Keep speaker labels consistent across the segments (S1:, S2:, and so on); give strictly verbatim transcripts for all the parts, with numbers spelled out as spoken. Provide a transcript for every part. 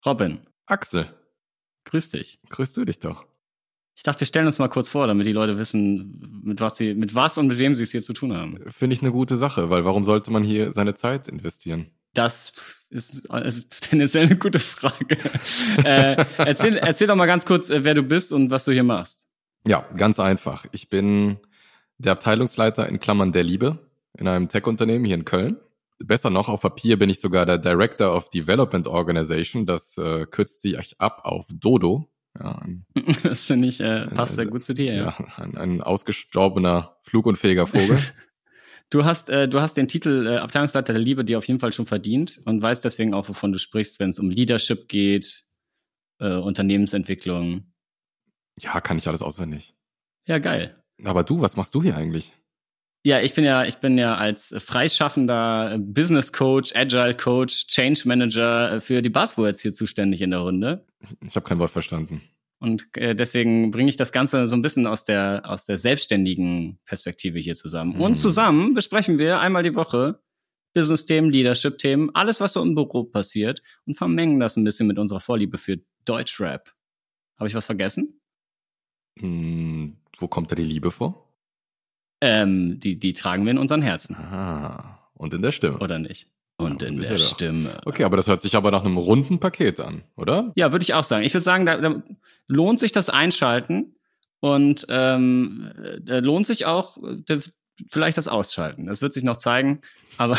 S1: Robin.
S2: Axel.
S1: Grüß dich.
S2: Grüß du dich doch.
S1: Ich dachte, wir stellen uns mal kurz vor, damit die Leute wissen, mit was sie, mit was und mit wem sie es hier zu tun haben.
S2: Finde ich eine gute Sache, weil warum sollte man hier seine Zeit investieren?
S1: Das ist, ist tendenziell eine gute Frage. äh, erzähl, erzähl doch mal ganz kurz, wer du bist und was du hier machst.
S2: Ja, ganz einfach. Ich bin der Abteilungsleiter in Klammern der Liebe in einem Tech-Unternehmen hier in Köln. Besser noch, auf Papier bin ich sogar der Director of Development Organization. Das äh, kürzt sich ab auf Dodo. Ja, ein,
S1: das finde ich, äh, passt ein, sehr gut zu dir.
S2: Ja, ja ein, ein ausgestorbener, flugunfähiger Vogel.
S1: Du hast, äh, du hast den Titel äh, Abteilungsleiter der Liebe dir auf jeden Fall schon verdient und weißt deswegen auch, wovon du sprichst, wenn es um Leadership geht, äh, Unternehmensentwicklung.
S2: Ja, kann ich alles auswendig.
S1: Ja, geil.
S2: Aber du, was machst du hier eigentlich?
S1: Ja, ich bin ja, ich bin ja als freischaffender Business Coach, Agile Coach, Change Manager für die Buzzwords hier zuständig in der Runde.
S2: Ich habe kein Wort verstanden.
S1: Und äh, deswegen bringe ich das Ganze so ein bisschen aus der aus der selbstständigen Perspektive hier zusammen. Mhm. Und zusammen besprechen wir einmal die Woche Business-Themen, Leadership-Themen, alles, was so im Büro passiert und vermengen das ein bisschen mit unserer Vorliebe für Deutschrap. Habe ich was vergessen?
S2: Hm, wo kommt da die Liebe vor?
S1: Ähm, die, die tragen wir in unseren Herzen.
S2: Ah, und in der Stimme.
S1: Oder nicht? Und ja, in der
S2: doch.
S1: Stimme.
S2: Okay, aber das hört sich aber nach einem runden Paket an, oder?
S1: Ja, würde ich auch sagen. Ich würde sagen, da, da lohnt sich das Einschalten und ähm, da lohnt sich auch da, vielleicht das Ausschalten. Das wird sich noch zeigen, aber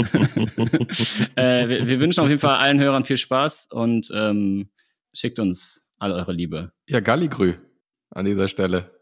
S1: äh, wir, wir wünschen auf jeden Fall allen Hörern viel Spaß und ähm, schickt uns all eure Liebe.
S2: Ja, Galligrü an dieser Stelle.